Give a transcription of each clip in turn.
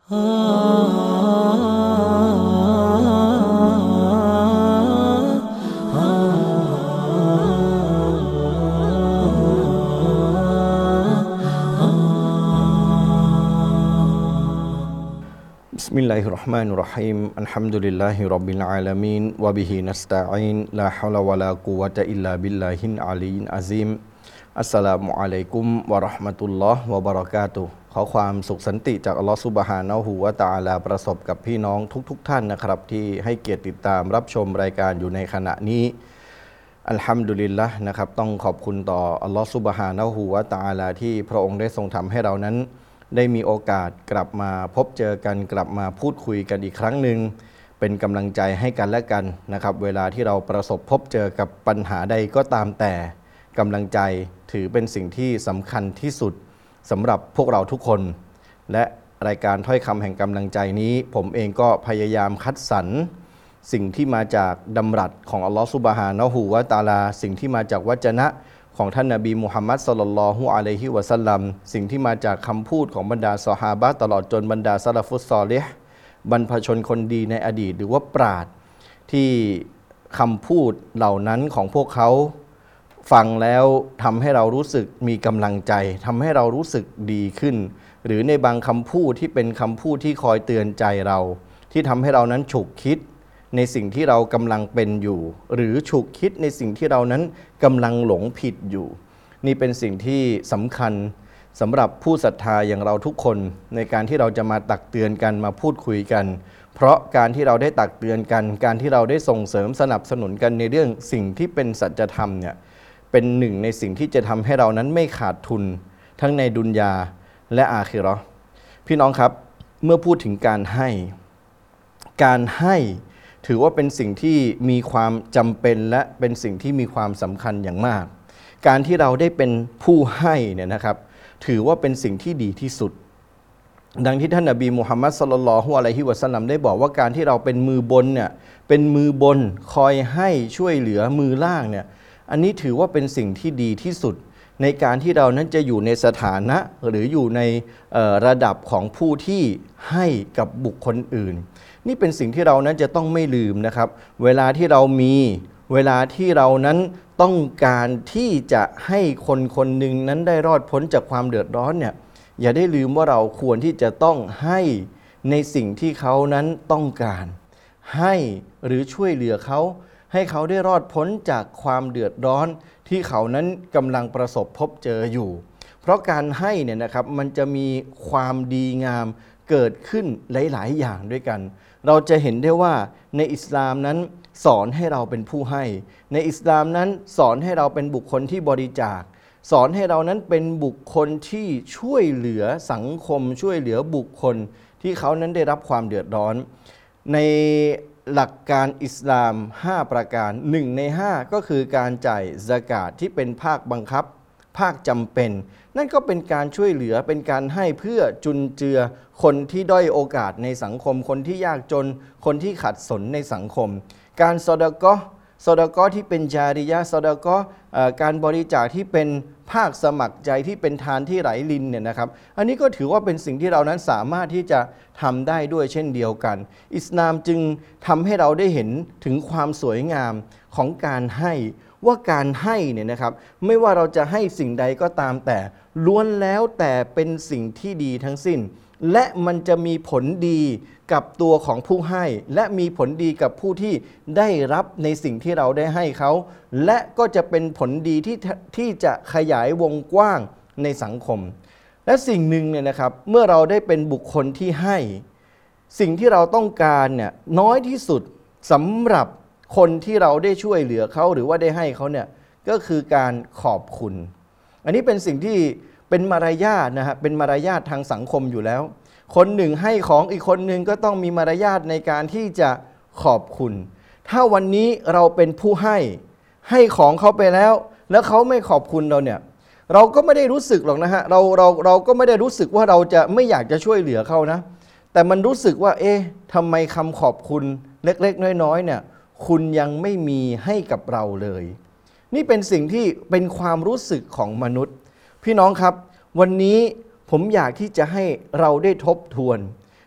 Bismillahirrahmanirrahim. Alhamdulillahirabbil alamin wa bihi nasta'in la haula wala quwwata illa billahil aliyyil azim.อัสสลามุอะลัยกุมวะเราะห์มะตุลลอฮ์วะบะเราะกาตุฮ์ขอความสุขสันติจากอัลลอฮ์ซุบฮานะฮูวะตะอาลาประสบกับพี่น้องทุกท่านนะครับที่ให้เกียรติติดตามรับชมรายการอยู่ในขณะนี้อัลฮัมดุลิลละห์นะครับต้องขอบคุณต่ออัลลอฮ์ซุบฮานะฮูวะตะอาลาที่พระองค์ได้ทรงทำให้เรานั้นได้มีโอกาสกลับมาพบเจอกันกลับมาพูดคุยกันอีกครั้งหนึ่งเป็นกำลังใจให้กันและกันนะครับเวลาที่เราประสบพบเจอกับปัญหาใดก็ตามแต่กำลังใจถือเป็นสิ่งที่สำคัญที่สุดสำหรับพวกเราทุกคนและรายการถ้อยคำแห่งกำลังใจนี้ผมเองก็พยายามคัดสรรสิ่งที่มาจากดำรัสของอัลลอฮฺซุบฮานะฮูวะตะอาลาสิ่งที่มาจากวจนะของท่านนบีมุฮัมมัดศ็อลลัลลอฮุอะลัยฮิวะซัลลัมสิ่งที่มาจากคำพูดของบรรดาซอฮาบะห์ตลอดจนบรรดาซะลาฟุสซอลิห์บรรพชนคนดีในอดีตหรือว่าปราชญ์ที่คำพูดเหล่านั้นของพวกเขาฟังแล้วทำให้เรารู้สึกมีกำลังใจทำให้เรารู้สึกดีขึ้นหรือในบางคำพูดที่เป็นคำพูดที่คอยเตือนใจเราที่ทำให้เรานั้นฉุกคิดในสิ่งที่เรากำลังเป็นอยู่หรือฉุกคิดในสิ่งที่เรานั้นกำลังหลงผิดอยู่นี่เป็นสิ่งที่สำคัญสำหรับผู้ศรัทธาอย่างเราทุกคนในการที่เราจะมาตักเตือนกันมาพูดคุยกันเพราะการที่เราได้ตักเตือนกันการที่เราได้ส่งเสริมสนับสนุนกันในเรื่องสิ่งที่เป็นสัจธรรมเนี่ยเป็นหนึ่งในสิ่งที่จะทำให้เรานั้นไม่ขาดทุนทั้งในดุนยาและอาคิเราะห์พี่น้องครับเมื่อพูดถึงการให้ถือว่าเป็นสิ่งที่มีความจำเป็นและเป็นสิ่งที่มีความสำคัญอย่างมากการที่เราได้เป็นผู้ให้เนี่ยนะครับถือว่าเป็นสิ่งที่ดีที่สุดดังที่ท่านนบีมุฮัมมัดศ็อลลัลลอฮุอะลัยฮิวะซัลลัมได้บอกว่าการที่เราเป็นมือบนเนี่ยเป็นมือบนคอยให้ช่วยเหลือมือล่างเนี่ยอันนี้ถือว่าเป็นสิ่งที่ดีที่สุดในการที่เรานั้นจะอยู่ในสถานะหรืออยู่ในระดับของผู้ที่ให้กับบุคคลอื่นนี่เป็นสิ่งที่เรานั้นจะต้องไม่ลืมนะครับเวลาที่เรามีเวลาที่เรานั้นต้องการที่จะให้คนคนหนึ่งนั้นได้รอดพ้นจากความเดือดร้อนเนี่ยอย่าได้ลืมว่าเราควรที่จะต้องให้ในสิ่งที่เขานั้นต้องการให้หรือช่วยเหลือเขาให้เขาได้รอดพ้นจากความเดือดร้อนที่เขานั้นกำลังประสบพบเจออยู่เพราะการให้เนี่ยนะครับมันจะมีความดีงามเกิดขึ้นหลายๆอย่างด้วยกันเราจะเห็นได้ว่าในอิสลามนั้นสอนให้เราเป็นผู้ให้ในอิสลามนั้นสอนให้เราเป็นบุคคลที่บริจาคสอนให้เรานั้นเป็นบุคคลที่ช่วยเหลือสังคมช่วยเหลือบุคคลที่เขานั้นได้รับความเดือดร้อนในหลักการอิสลาม5ประการ1ใน5ก็คือการจ่ายซะกาตที่เป็นภาคบังคับภาคจำเป็นนั่นก็เป็นการช่วยเหลือเป็นการให้เพื่อจุนเจือคนที่ด้อยโอกาสในสังคมคนที่ยากจนคนที่ขัดสนในสังคมการซอดะกอที่เป็นจาริยะห์ซอดะกอการบริจาคที่เป็นภาคสมัครใจที่เป็นทานที่ไหลลินเนี่ยนะครับอันนี้ก็ถือว่าเป็นสิ่งที่เรานั้นสามารถที่จะทำได้ด้วยเช่นเดียวกันอิสลามจึงทำให้เราได้เห็นถึงความสวยงามของการให้ว่าการให้เนี่ยนะครับไม่ว่าเราจะให้สิ่งใดก็ตามแต่ล้วนแล้วแต่เป็นสิ่งที่ดีทั้งสิ้นและมันจะมีผลดีกับตัวของผู้ให้และมีผลดีกับผู้ที่ได้รับในสิ่งที่เราได้ให้เขาและก็จะเป็นผลดีที่จะขยายวงกว้างในสังคมและสิ่งหนึ่งเนี่ยนะครับเมื่อเราได้เป็นบุคคลที่ให้สิ่งที่เราต้องการเนี่ยน้อยที่สุดสำหรับคนที่เราได้ช่วยเหลือเขาหรือว่าได้ให้เขาเนี่ยก็คือการขอบคุณอันนี้เป็นสิ่งที่เป็นมารยาทนะฮะเป็นมารยาททางสังคมอยู่แล้วคนหนึ่งให้ของอีกคนหนึ่งก็ต้องมีมารยาทในการที่จะขอบคุณถ้าวันนี้เราเป็นผู้ให้ของเขาไปแล้วเขาไม่ขอบคุณเราเนี่ยเราก็ไม่ได้รู้สึกหรอกนะฮะเราก็ไม่ได้รู้สึกว่าเราจะไม่อยากจะช่วยเหลือเขานะแต่มันรู้สึกว่าทำไมคำขอบคุณเล็กๆน้อยๆเนี่ยคุณยังไม่มีให้กับเราเลยนี่เป็นสิ่งที่เป็นความรู้สึกของมนุษย์พี่น้องครับวันนี้ผมอยากที่จะให้เราได้ทบทวน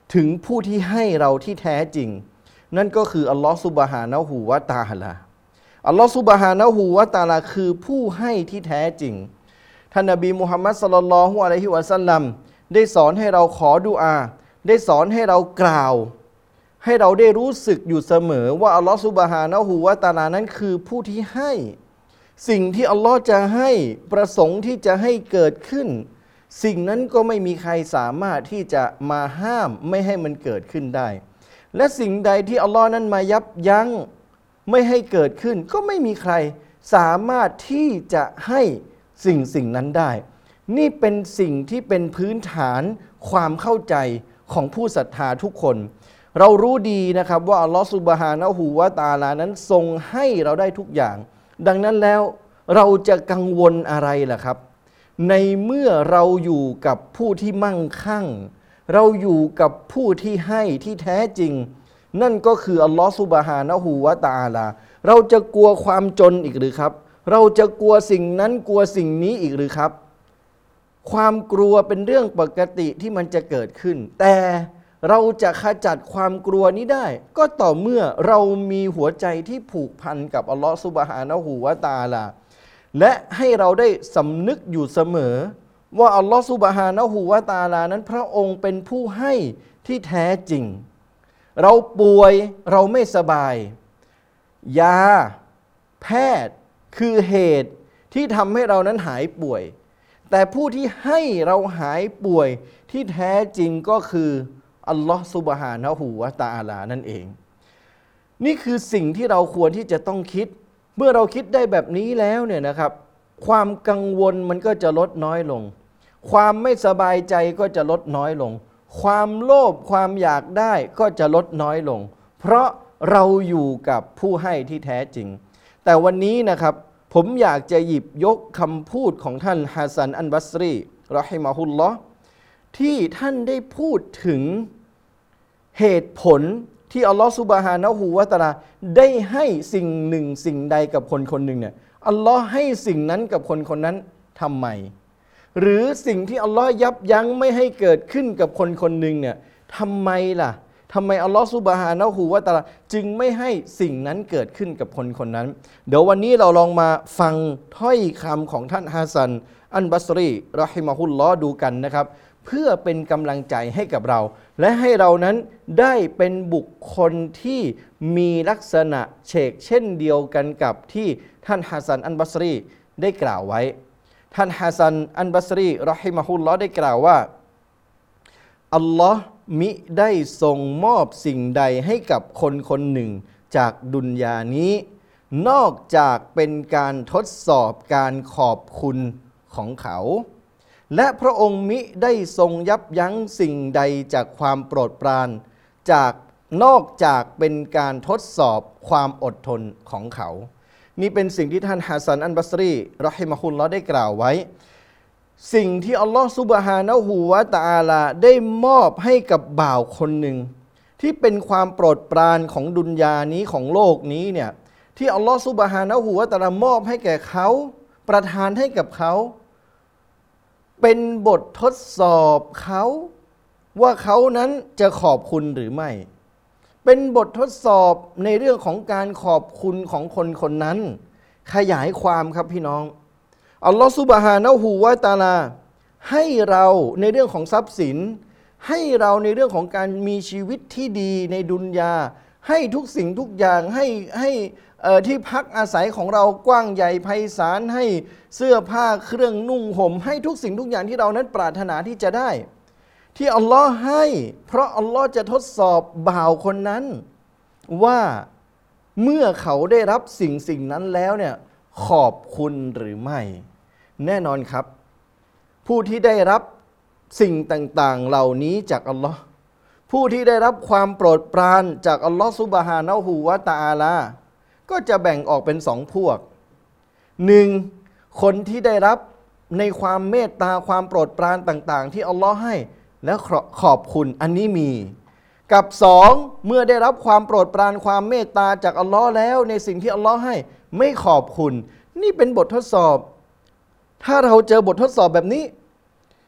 ถึงผู้ที่ให้เราที่แท้จริงนั่นก็คืออัลลอฮฺซุบฮานะฮูวะตะอาลาอัลลอฮฺซุบฮานะฮูวะตะอาลาคือผู้ให้ที่แท้จริงท่านนบีมุฮัมมัดศ็อลลัลลอฮุอะลัยฮิวะซัลลัมได้สอนให้เราขอดุอาได้สอนให้เรากล่าวให้เราได้รู้สึกอยู่เสมอว่าอัลลอฮฺซุบฮานะฮูวะตะอาลานั้นคือผู้ที่ให้สิ่งที่อัลลอฮ์จะให้ประสงค์ที่จะให้เกิดขึ้นสิ่งนั้นก็ไม่มีใครสามารถที่จะมาห้ามไม่ให้มันเกิดขึ้นได้และสิ่งใดที่อัลลอฮ์นั้นมายับยั้งไม่ให้เกิดขึ้นก็ไม่มีใครสามารถที่จะให้สิ่งนั้นได้นี่เป็นสิ่งที่เป็นพื้นฐานความเข้าใจของผู้ศรัทธาทุกคนเรารู้ดีนะครับว่าอัลลอฮ์ซุบฮานะฮูวะตะอาลานั้นทรงให้เราได้ทุกอย่างดังนั้นแล้วเราจะกังวลอะไรล่ะครับในเมื่อเราอยู่กับผู้ที่มั่งคั่งเราอยู่กับผู้ที่ให้ที่แท้จริงนั่นก็คืออัลลอฮฺซุบฮานะฮูวะตะอาลาเราจะกลัวความจนอีกหรือครับเราจะกลัวสิ่งนั้นกลัวสิ่งนี้อีกหรือครับความกลัวเป็นเรื่องปกติที่มันจะเกิดขึ้นแต่เราจะขจัดความกลัวนี้ได้ก็ต่อเมื่อเรามีหัวใจที่ผูกพันกับอัลลอฮฺซุบฮานะฮูวะตะอาลาและให้เราได้สำนึกอยู่เสมอว่าอัลลอฮฺซุบฮานะฮูวะตะอาลานั้นพระองค์เป็นผู้ให้ที่แท้จริงเราป่วยเราไม่สบายยาแพทย์คือเหตุที่ทำให้เรานั้นหายป่วยแต่ผู้ที่ให้เราหายป่วยที่แท้จริงก็คืออัลลอฮฺซุบฮานะฮูวะตะอาลานั่นเองนี่คือสิ่งที่เราควรที่จะต้องคิดเมื่อเราคิดได้แบบนี้แล้วเนี่ยนะครับความกังวลมันก็จะลดน้อยลงความไม่สบายใจก็จะลดน้อยลงความโลภความอยากได้ก็จะลดน้อยลงเพราะเราอยู่กับผู้ให้ที่แท้จริงแต่วันนี้นะครับผมอยากจะหยิบยกคำพูดของท่านฮะซันอัลบัสรีเราะฮิมะฮุลลอฮ์ที่ท่านได้พูดถึงเหตุผลที่อัลลอฮฺซุบฮานะฮูวะตะอาลาได้ให้สิ่งหนึ่งสิ่งใดกับคนคนหนึ่งเนี่ยอัลลอฮ์ให้สิ่งนั้นกับคนคนนั้นทำไมหรือสิ่งที่อัลลอฮ์ยับยั้งไม่ให้เกิดขึ้นกับคนคนหนึ่งเนี่ยทำไมล่ะทำไมอัลลอฮ์ซุบฮานะฮูวะตะอาลาจึงไม่ให้สิ่งนั้นเกิดขึ้นกับคนคนนั้นเดี๋ยววันนี้เราลองมาฟังถ้อยคำของท่านฮะซันอัลบัสรีเราะฮิมะฮุลลอฮ์ดูกันนะครับเพื่อเป็นกำลังใจให้กับเราและให้เรานั้นได้เป็นบุคคลที่มีลักษณะเฉกเช่นเดียวกันกับที่ท่านฮะซันอัลบัสรีได้กล่าวไว้ท่านฮะซันอัลบัสรีเราะฮิมะฮุลลอฮ์ได้กล่าวว่าอัลลอฮ์มิได้ทรงมอบสิ่งใดให้กับคนคนหนึ่งจากดุนยานี้นอกจากเป็นการทดสอบการขอบคุณของเขาและพระองค์มิได้ทรงยับยั้งสิ่งใดจากความโปรดปรานนอกจากเป็นการทดสอบความอดทนของเขานี่เป็นสิ่งที่ท่านฮะซันอัลบัสรีเราะฮิมะฮุลลอฮ์ได้กล่าวไว้สิ่งที่อัลลอฮ์ซุบฮานะฮูวะตะอาลาได้มอบให้กับบ่าวคนหนึ่งที่เป็นความโปรดปรานของดุนยานี้ของโลกนี้เนี่ยที่อัลลอฮ์ซุบฮานะฮูวะตะอาลามอบให้แก่เขาประทานให้กับเขาเป็นบททดสอบเขาว่าเขานั้นจะขอบคุณหรือไม่เป็นบททดสอบในเรื่องของการขอบคุณของคนคนนั้นขยายความครับพี่น้องอัลลอฮฺซุบฮานะฮูวะตะอาลาให้เราในเรื่องของทรัพย์สินให้เราในเรื่องของการมีชีวิตที่ดีในดุนยาให้ทุกสิ่งทุกอย่างให้ที่พักอาศัยของเรากว้างใหญ่ไพศาลให้เสื้อผ้าเครื่องนุ่งห่มให้ทุกสิ่งทุกอย่างที่เรานั้นปรารถนาที่จะได้ที่อัลลอฮ์ให้เพราะอัลลอฮ์จะทดสอบบ่าวคนนั้นว่าเมื่อเขาได้รับสิ่งนั้นแล้วเนี่ยขอบคุณหรือไม่แน่นอนครับผู้ที่ได้รับสิ่งต่างๆเหล่านี้จากอัลลอฮ์ผู้ที่ได้รับความโปรดปรานจากอัลลอฮ์ซุบฮานะฮูวะตะอาลาก็จะแบ่งออกเป็นสองพวกหนึ่งคนที่ได้รับในความเมตตาความโปรดปรานต่างๆที่อัลลอฮ์ให้และขอบคุณอันนี้มีกับสองเมื่อได้รับความโปรดปรานความเมตตาจากอัลลอฮ์แล้วในสิ่งที่อัลลอฮ์ให้ไม่ขอบคุณนี่เป็นบททดสอบถ้าเราเจอบททดสอบแบบนี้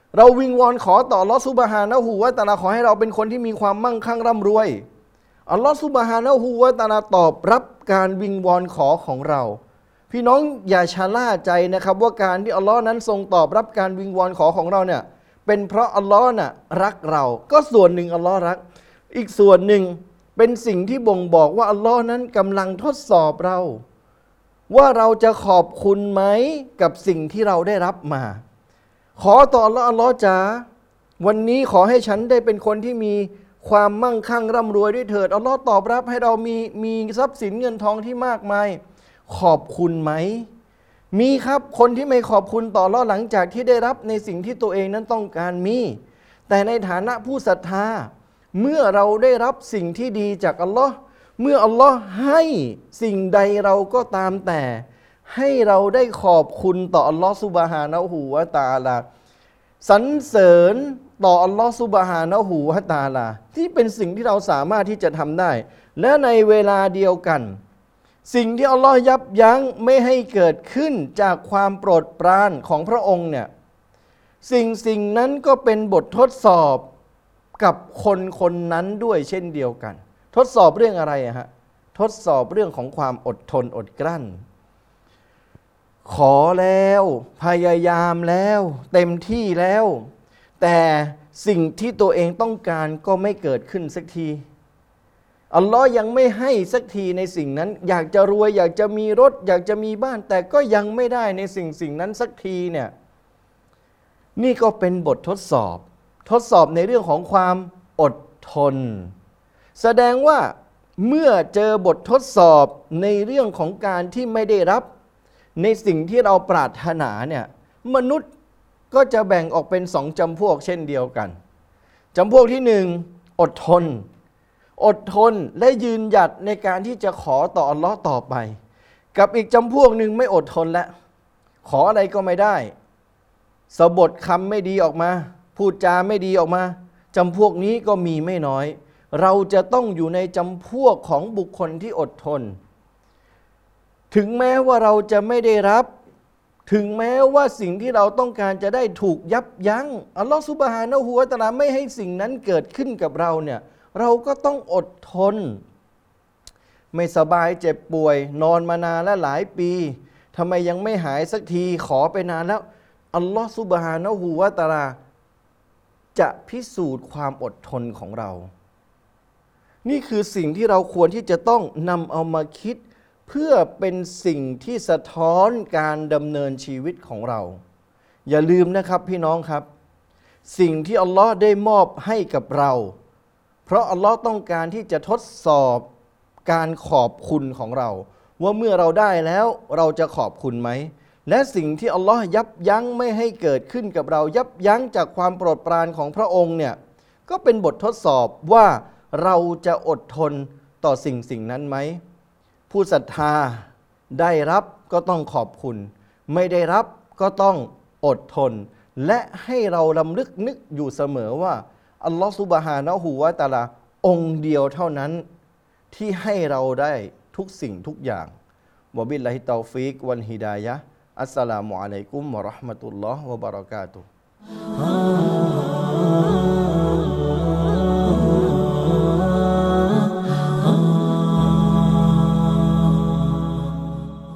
เราวิงวอนขอต่ออัลลอฮฺซุบฮานะฮูวะตะอาลาขอให้เราเป็นคนที่มีความมั่งคั่งร่ำรวยอัลลอฮฺซุบฮานะฮูวะตะอาลาตอบรับการวิงวอนขอของเรา พี่น้องอย่าชะล่าใจนะครับว่าการที่อัลลอฮ์นั้นทรงตอบรับการวิงวอนขอของเราเนี่ยเป็นเพราะอัลลอฮ์น่ะรักเราก็ส่วนหนึ่งอัลลอฮ์รักอีกส่วนหนึ่งเป็นสิ่งที่บ่งบอกว่าอัลลอฮ์นั้นกำลังทดสอบเราว่าเราจะขอบคุณไหมกับสิ่งที่เราได้รับมาขอต่ออัลลอฮ์อัลลอฮ์จ๋าวันนี้ขอให้ฉันได้เป็นคนที่มีความมั่งคั่งร่ำรวยด้วยเถิดอัลลอฮ์ตอบรับให้เรามีทรัพย์สินเงินทองที่มากมายขอบคุณไหมมีครับคนที่ไม่ขอบคุณต่ออัลลอฮ์หลังจากที่ได้รับในสิ่งที่ตัวเองนั้นต้องการมีแต่ในฐานะผู้ศรัทธาเมื่อเราได้รับสิ่งที่ดีจากอัลลอฮ์เมื่ออัลลอฮ์ให้สิ่งใดเราก็ตามแต่ให้เราได้ขอบคุณต่ออัลลอฮ์ซุบฮานะฮูวะตะอาลาสรรเสริญต่ออัลลอฮ์ซุบฮานะฮูวะตะอาลาที่เป็นสิ่งที่เราสามารถที่จะทำได้และในเวลาเดียวกันสิ่งที่อัลลอฮ์ยับยั้งไม่ให้เกิดขึ้นจากความโปรดปรานของพระองค์เนี่ยสิ่งนั้นก็เป็นบททดสอบกับคนนั้นด้วยเช่นเดียวกันทดสอบเรื่องอะไรอะฮะทดสอบเรื่องของความอดทนอดกลั้นขอแล้วพยายามแล้วเต็มที่แล้วแต่สิ่งที่ตัวเองต้องการก็ไม่เกิดขึ้นสักทีอัลลอฮ์ยังไม่ให้สักทีในสิ่งนั้นอยากจะรวยอยากจะมีรถอยากจะมีบ้านแต่ก็ยังไม่ได้ในสิ่งนั้นสักทีเนี่ยนี่ก็เป็นบททดสอบในเรื่องของความอดทนแสดงว่าเมื่อเจอบททดสอบในเรื่องของการที่ไม่ได้รับในสิ่งที่เราปรารถนาเนี่ยมนุษย์ก็จะแบ่งออกเป็นสองจำพวกเช่นเดียวกันจำพวกที่หนึ่งอดทนและยืนหยัดในการที่จะขอต่ออัลลอฮ์ต่อไปกับอีกจำพวกหนึ่งไม่อดทนแล้วขออะไรก็ไม่ได้สะบดคำไม่ดีออกมาพูดจาไม่ดีออกมาจำพวกนี้ก็มีไม่น้อยเราจะต้องอยู่ในจำพวกของบุคคลที่อดทนถึงแม้ว่าเราจะไม่ได้รับถึงแม้ว่าสิ่งที่เราต้องการจะได้ถูกยับยั้งอัลลอฮฺซุบฮานะฮูวะตะอาลาไม่ให้สิ่งนั้นเกิดขึ้นกับเราเนี่ยเราก็ต้องอดทนไม่สบายเจ็บป่วยนอนมานานและหลายปีทำไมยังไม่หายสักทีขอไปนานแล้วอัลลอฮฺซุบฮานะฮูวะตะอาลาจะพิสูจน์ความอดทนของเรานี่คือสิ่งที่เราควรที่จะต้องนำเอามาคิดเพื่อเป็นสิ่งที่สะท้อนการดำเนินชีวิตของเราอย่าลืมนะครับพี่น้องครับสิ่งที่อัลลอฮ์ได้มอบให้กับเราเพราะอัลลอฮ์ต้องการที่จะทดสอบการขอบคุณของเราว่าเมื่อเราได้แล้วเราจะขอบคุณไหมและสิ่งที่อัลลอฮ์ยับยั้งไม่ให้เกิดขึ้นกับเรายับยั้งจากความโปรดปรานของพระองค์เนี่ยก็เป็นบททดสอบว่าเราจะอดทนต่อสิ่งนั้นไหมผู้ศรัทธาได้รับก็ต้องขอบคุณไม่ได้รับก็ต้องอดทนและให้เรารำลึกนึกอยู่เสมอว่าอัลลอฮฺซุบฮานะฮูวะตะอาลาองค์เดียวเท่านั้นที่ให้เราได้ทุกสิ่งทุกอย่างวะบิลลาฮิตอฟิกวัลฮิดายะฮ์อัสสลามุอะลัยกุมวะเราะห์มะตุลลอฮ์วะบะเราะกาตุฮ์